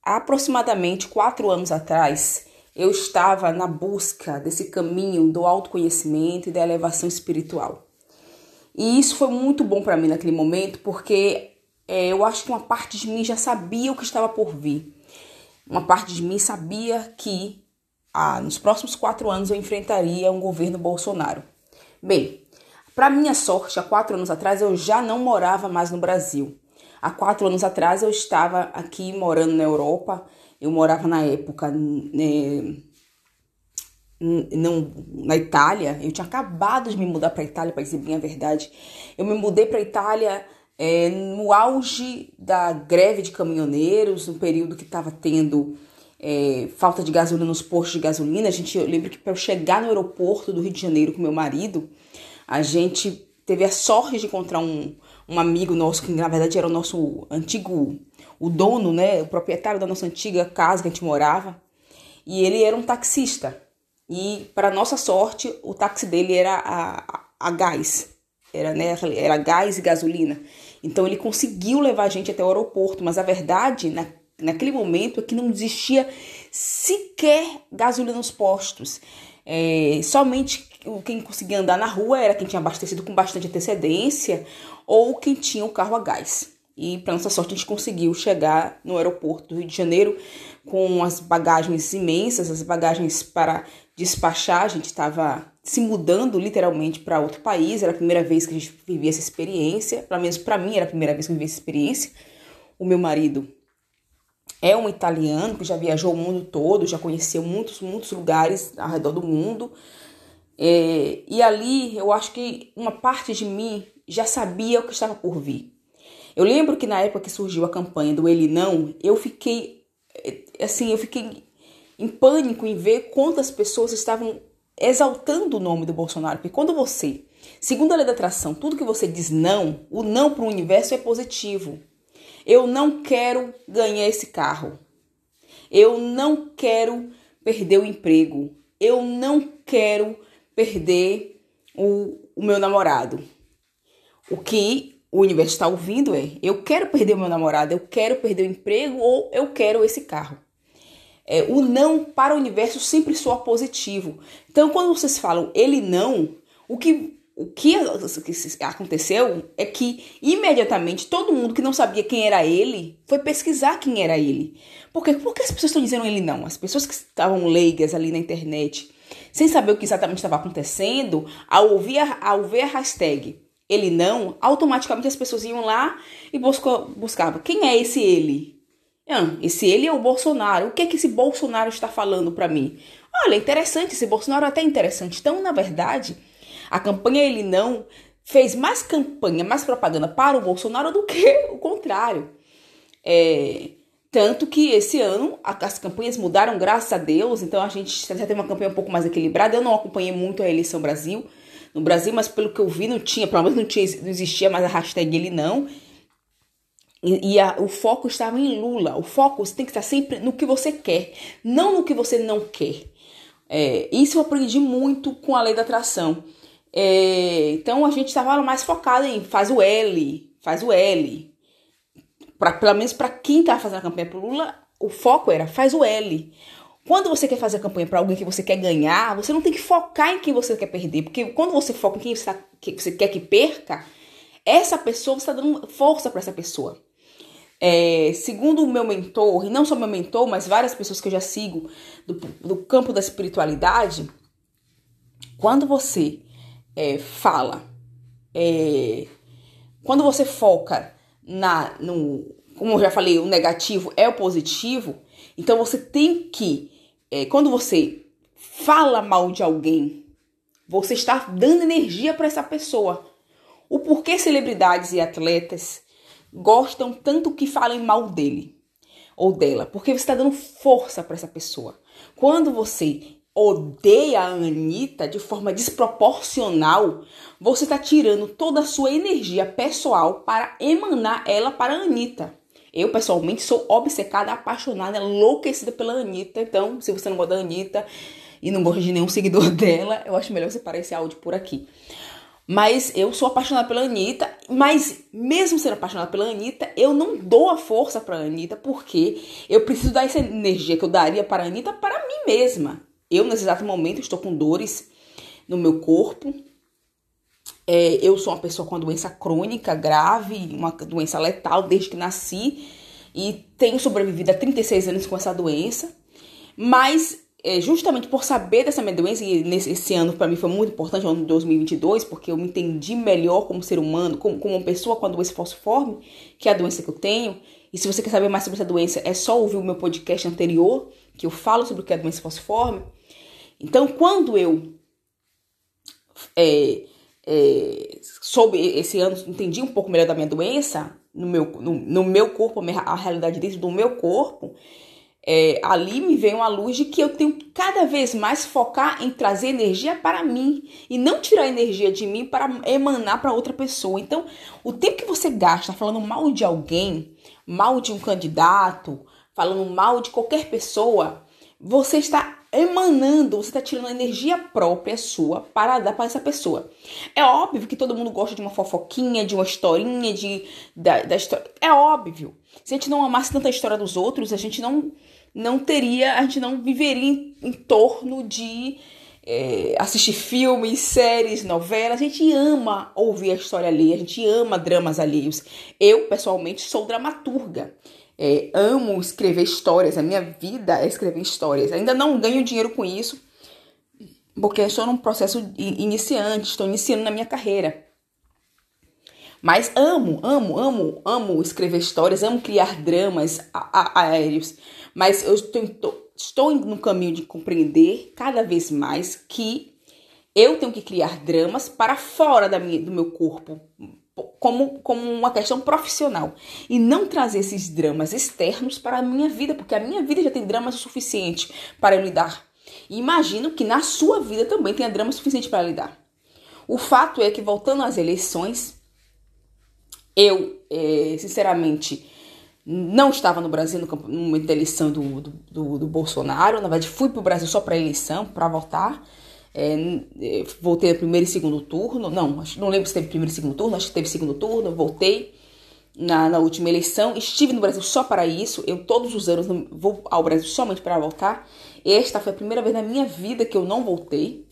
Há aproximadamente 4 anos atrás, eu estava na busca desse caminho do autoconhecimento e da elevação espiritual. E isso foi muito bom para mim naquele momento, porque eu acho que uma parte de mim já sabia o que estava por vir. Uma parte de mim sabia que nos próximos 4 anos eu enfrentaria um governo Bolsonaro. Bem, para minha sorte, há 4 anos atrás eu já não morava mais no Brasil. Há 4 anos atrás eu estava aqui morando na Europa. Eu morava na época na Itália. Eu tinha acabado de me mudar para a Itália, para dizer bem a verdade. Eu me mudei para a Itália no auge da greve de caminhoneiros, no período que estava tendo falta de gasolina nos postos de gasolina. Eu lembro que para eu chegar no aeroporto do Rio de Janeiro com meu marido, a gente teve a sorte de encontrar um amigo nosso, que na verdade era o nosso antigo, o dono, né, o proprietário da nossa antiga casa que a gente morava, e ele era um taxista. E para nossa sorte, o táxi dele era a gás, era gás e gasolina. Então ele conseguiu levar a gente até o aeroporto, mas a verdade, naquele momento, é que não existia sequer gasolina nos postos. Somente quem conseguia andar na rua era quem tinha abastecido com bastante antecedência ou quem tinha o carro a gás. E, para nossa sorte, a gente conseguiu chegar no aeroporto do Rio de Janeiro com as bagagens imensas, as bagagens para despachar. A gente estava se mudando literalmente para outro país. Era a primeira vez que a gente vivia essa experiência. Pelo menos para mim era a primeira vez que eu vivia essa experiência. O meu marido é um italiano que já viajou o mundo todo, já conheceu muitos lugares ao redor do mundo. E ali eu acho que uma parte de mim já sabia o que estava por vir. Eu lembro que na época que surgiu a campanha do Ele Não, eu fiquei em pânico em ver quantas pessoas estavam exaltando o nome do Bolsonaro. Porque quando você, segundo a lei da atração, tudo que você diz não, o não para o universo é positivo. Eu não quero ganhar esse carro. Eu não quero perder o emprego. Eu não quero perder o meu namorado. O que o universo está ouvindo eu quero perder o meu namorado, eu quero perder o emprego ou eu quero esse carro. O não para o universo sempre soa positivo. Então, quando vocês falam ele não, o que aconteceu é que imediatamente todo mundo que não sabia quem era ele foi pesquisar quem era ele. Por quê? Porque as pessoas estão dizendo ele não. As pessoas que estavam leigas ali na internet, sem saber o que exatamente estava acontecendo, ao ver a hashtag ele não, automaticamente as pessoas iam lá e buscavam quem é esse ele. Esse ele é o Bolsonaro. O que é que esse Bolsonaro está falando para mim? Olha, interessante, esse Bolsonaro é até interessante. Então, na verdade, a campanha Ele Não fez mais campanha, mais propaganda para o Bolsonaro do que o contrário. Tanto que esse ano as campanhas mudaram, graças a Deus. Então a gente já tem uma campanha um pouco mais equilibrada. Eu não acompanhei muito a eleição no Brasil, mas pelo que eu vi não tinha, pelo menos não existia mais a hashtag Ele Não. O foco estava em Lula. O foco tem que estar sempre no que você quer, não no que você não quer. Isso eu aprendi muito com a lei da atração. Então a gente estava mais focado em faz o L. Pelo menos para quem estava fazendo a campanha para o Lula, o foco era faz o L. Quando você quer fazer a campanha para alguém que você quer ganhar, você não tem que focar em quem você quer perder. Porque quando você foca em quem você quer que perca, essa pessoa, você está dando força para essa pessoa. Segundo o meu mentor, e não só meu mentor, mas várias pessoas que eu já sigo do campo da espiritualidade, quando você quando você foca como eu já falei, o negativo é o positivo, então você tem que, quando você fala mal de alguém, você está dando energia para essa pessoa. O porquê celebridades e atletas gostam tanto que falem mal dele ou dela, porque você está dando força para essa pessoa. Quando você odeia a Anitta de forma desproporcional, você está tirando toda a sua energia pessoal para emanar ela para a Anitta. Eu, pessoalmente, sou obcecada, apaixonada, enlouquecida pela Anitta. Então, se você não gosta da Anitta e não gosta de nenhum seguidor dela, eu acho melhor você parar esse áudio por aqui. Mas eu sou apaixonada pela Anitta, mas mesmo sendo apaixonada pela Anitta, eu não dou a força pra Anitta, porque eu preciso dar essa energia que eu daria para a Anitta para mim mesma. Eu, nesse exato momento, estou com dores no meu corpo. Eu sou uma pessoa com uma doença crônica, grave, uma doença letal desde que nasci, e tenho sobrevivido há 36 anos com essa doença. Mas justamente por saber dessa minha doença, e esse ano para mim foi muito importante, o ano de 2022, porque eu me entendi melhor como ser humano, como uma pessoa com a doença falciforme, que é a doença que eu tenho. E se você quer saber mais sobre essa doença, é só ouvir o meu podcast anterior, que eu falo sobre o que é a doença falciforme. Então, quando eu soube esse ano, entendi um pouco melhor da minha doença, no meu corpo, a realidade dentro do meu corpo, ali me veio uma luz de que eu tenho que cada vez mais focar em trazer energia para mim e não tirar energia de mim para emanar para outra pessoa. Então, o tempo que você gasta falando mal de alguém, mal de um candidato, falando mal de qualquer pessoa, você está emanando, você está tirando energia própria sua para dar para essa pessoa. É óbvio que todo mundo gosta de uma fofoquinha, de uma historinha, da história. É óbvio. Se a gente não amasse tanta história dos outros, a gente não viveria em torno de assistir filmes, séries, novelas. A gente ama ouvir a história alheia, a gente ama dramas alheios. Eu, pessoalmente, sou dramaturga. Amo escrever histórias, a minha vida é escrever histórias. Ainda não ganho dinheiro com isso, porque eu estou num processo iniciante, estou iniciando na minha carreira. Mas amo escrever histórias, amo criar dramas aéreos. Mas eu estou indo no caminho de compreender cada vez mais que eu tenho que criar dramas para fora do meu corpo, como uma questão profissional, e não trazer esses dramas externos para a minha vida, porque a minha vida já tem dramas o suficiente para eu lidar. E imagino que na sua vida também tenha drama suficiente para lidar. O fato é que, voltando às eleições, eu, sinceramente, não estava no Brasil no momento da eleição do Bolsonaro. Na verdade, fui para o Brasil só para a eleição, para votar. Voltei no primeiro e segundo turno. Não lembro se teve primeiro e segundo turno, acho que teve segundo turno. Voltei na última eleição. Estive no Brasil só para isso. Eu todos os anos vou ao Brasil somente para voltar. Esta foi a primeira vez na minha vida que eu não voltei.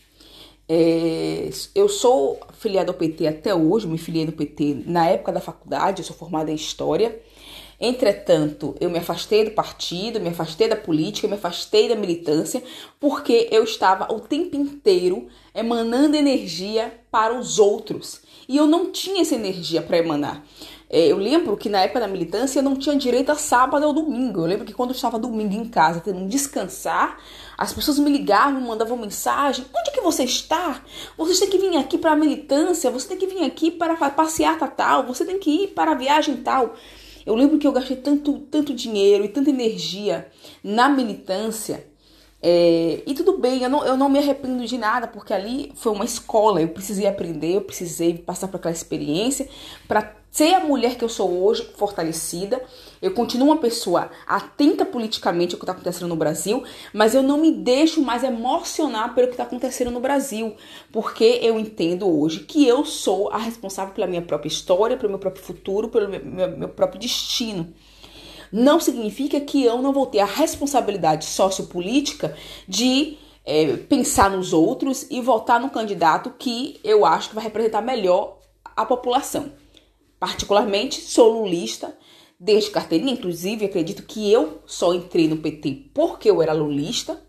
Eu sou filiada ao PT até hoje, me filiei no PT na época da faculdade, eu sou formada em História. Entretanto, eu me afastei do partido, me afastei da política, me afastei da militância, porque eu estava o tempo inteiro emanando energia para os outros. E eu não tinha essa energia para emanar. Eu lembro que na época da militância eu não tinha direito a sábado ou domingo. Eu lembro que quando eu estava domingo em casa, tendo um descansar, as pessoas me ligavam, me mandavam mensagem. Onde é que você está? Você tem que vir aqui para a militância, você tem que vir aqui para passear tal, você tem que ir para a viagem tal. Eu lembro que eu gastei tanto dinheiro e tanta energia na militância. E tudo bem, eu não me arrependo de nada, porque ali foi uma escola. Eu precisei aprender, eu precisei passar por aquela experiência para ser a mulher que eu sou hoje, fortalecida. Eu continuo uma pessoa atenta politicamente ao que está acontecendo no Brasil, mas eu não me deixo mais emocionar pelo que está acontecendo no Brasil, porque eu entendo hoje que eu sou a responsável pela minha própria história, pelo meu próprio futuro, pelo meu próprio destino. Não significa que eu não vou ter a responsabilidade sociopolítica de pensar nos outros e votar no candidato que eu acho que vai representar melhor a população. Particularmente, sou lulista desde carteirinha, inclusive acredito que eu só entrei no PT porque eu era lulista.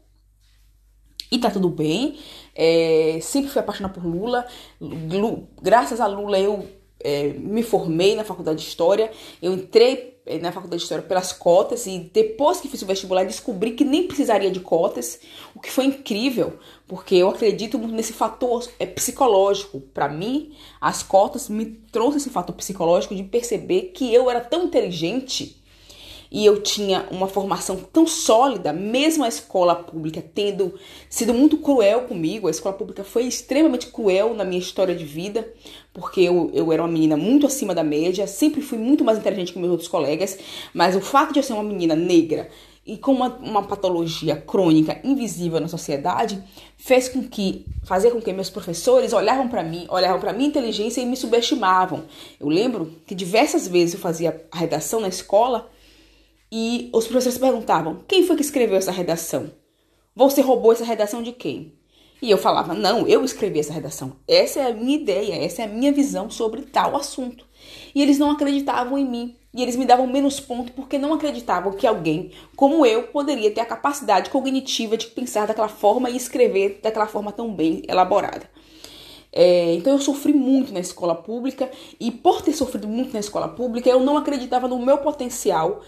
E tá tudo bem, sempre fui apaixonada por Lula. Graças a Lula eu me formei na faculdade de História. Eu entrei na faculdade de História pelas cotas e depois que fiz o vestibular descobri que nem precisaria de cotas, o que foi incrível, porque eu acredito muito nesse fator psicológico. Para mim, as cotas me trouxe esse fator psicológico de perceber que eu era tão inteligente e eu tinha uma formação tão sólida, mesmo a escola pública tendo sido muito cruel comigo. A escola pública foi extremamente cruel na minha história de vida, porque eu era uma menina muito acima da média, sempre fui muito mais inteligente que meus outros colegas, mas o fato de eu ser uma menina negra e com uma patologia crônica invisível na sociedade, fazia com que meus professores olhavam para minha inteligência e me subestimavam. Eu lembro que diversas vezes eu fazia a redação na escola e os professores perguntavam: quem foi que escreveu essa redação? Você roubou essa redação de quem? E eu falava: não, eu escrevi essa redação. Essa é a minha ideia, essa é a minha visão sobre tal assunto. E eles não acreditavam em mim. E eles me davam menos ponto porque não acreditavam que alguém como eu poderia ter a capacidade cognitiva de pensar daquela forma e escrever daquela forma tão bem elaborada. Então eu sofri muito na escola pública e por ter sofrido muito na escola pública eu não acreditava no meu potencial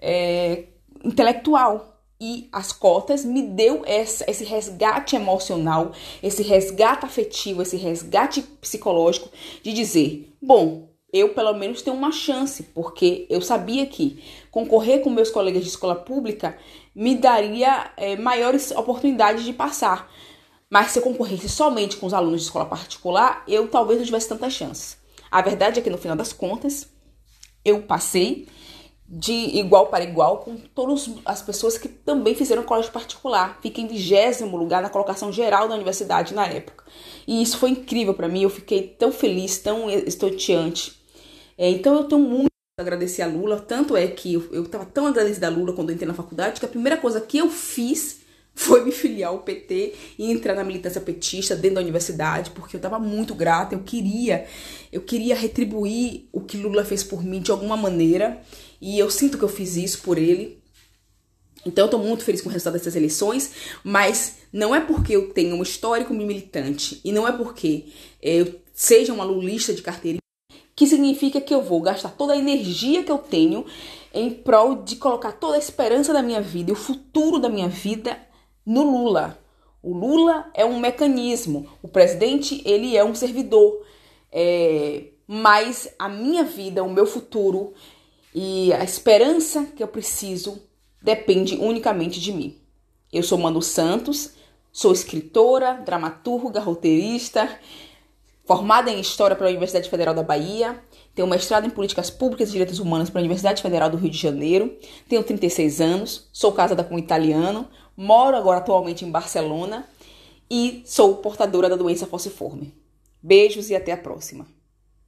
intelectual. E as cotas me deu esse resgate emocional, esse resgate afetivo, esse resgate psicológico de dizer, bom, eu pelo menos tenho uma chance, porque eu sabia que concorrer com meus colegas de escola pública me daria maiores oportunidades de passar. Mas se eu concorresse somente com os alunos de escola particular, eu talvez não tivesse tantas chances. A verdade é que no final das contas, eu passei de igual para igual com todas as pessoas que também fizeram colégio particular. Fiquei em 20º lugar na colocação geral da universidade na época. E isso foi incrível para mim, eu fiquei tão feliz, tão estonteante. Então eu tenho muito a agradecer a Lula, tanto é que eu estava tão agradecida a Lula quando eu entrei na faculdade, que a primeira coisa que eu fiz foi me filiar ao PT e entrar na militância petista dentro da universidade, porque eu estava muito grata, eu queria retribuir o que Lula fez por mim de alguma maneira, e eu sinto que eu fiz isso por ele. Então eu estou muito feliz com o resultado dessas eleições, mas não é porque eu tenho um histórico militante e não é porque eu seja uma lulista de carteirinha que significa que eu vou gastar toda a energia que eu tenho em prol de colocar toda a esperança da minha vida e o futuro da minha vida no Lula. O Lula é um mecanismo, o presidente ele é um servidor, mas a minha vida, o meu futuro e a esperança que eu preciso depende unicamente de mim. Eu sou Manu Santos, sou escritora, dramaturga, roteirista, formada em História pela Universidade Federal da Bahia, tenho mestrado em Políticas Públicas e Direitos Humanos pela Universidade Federal do Rio de Janeiro, tenho 36 anos, sou casada com um italiano, moro agora atualmente em Barcelona e sou portadora da doença falciforme. Beijos e até a próxima.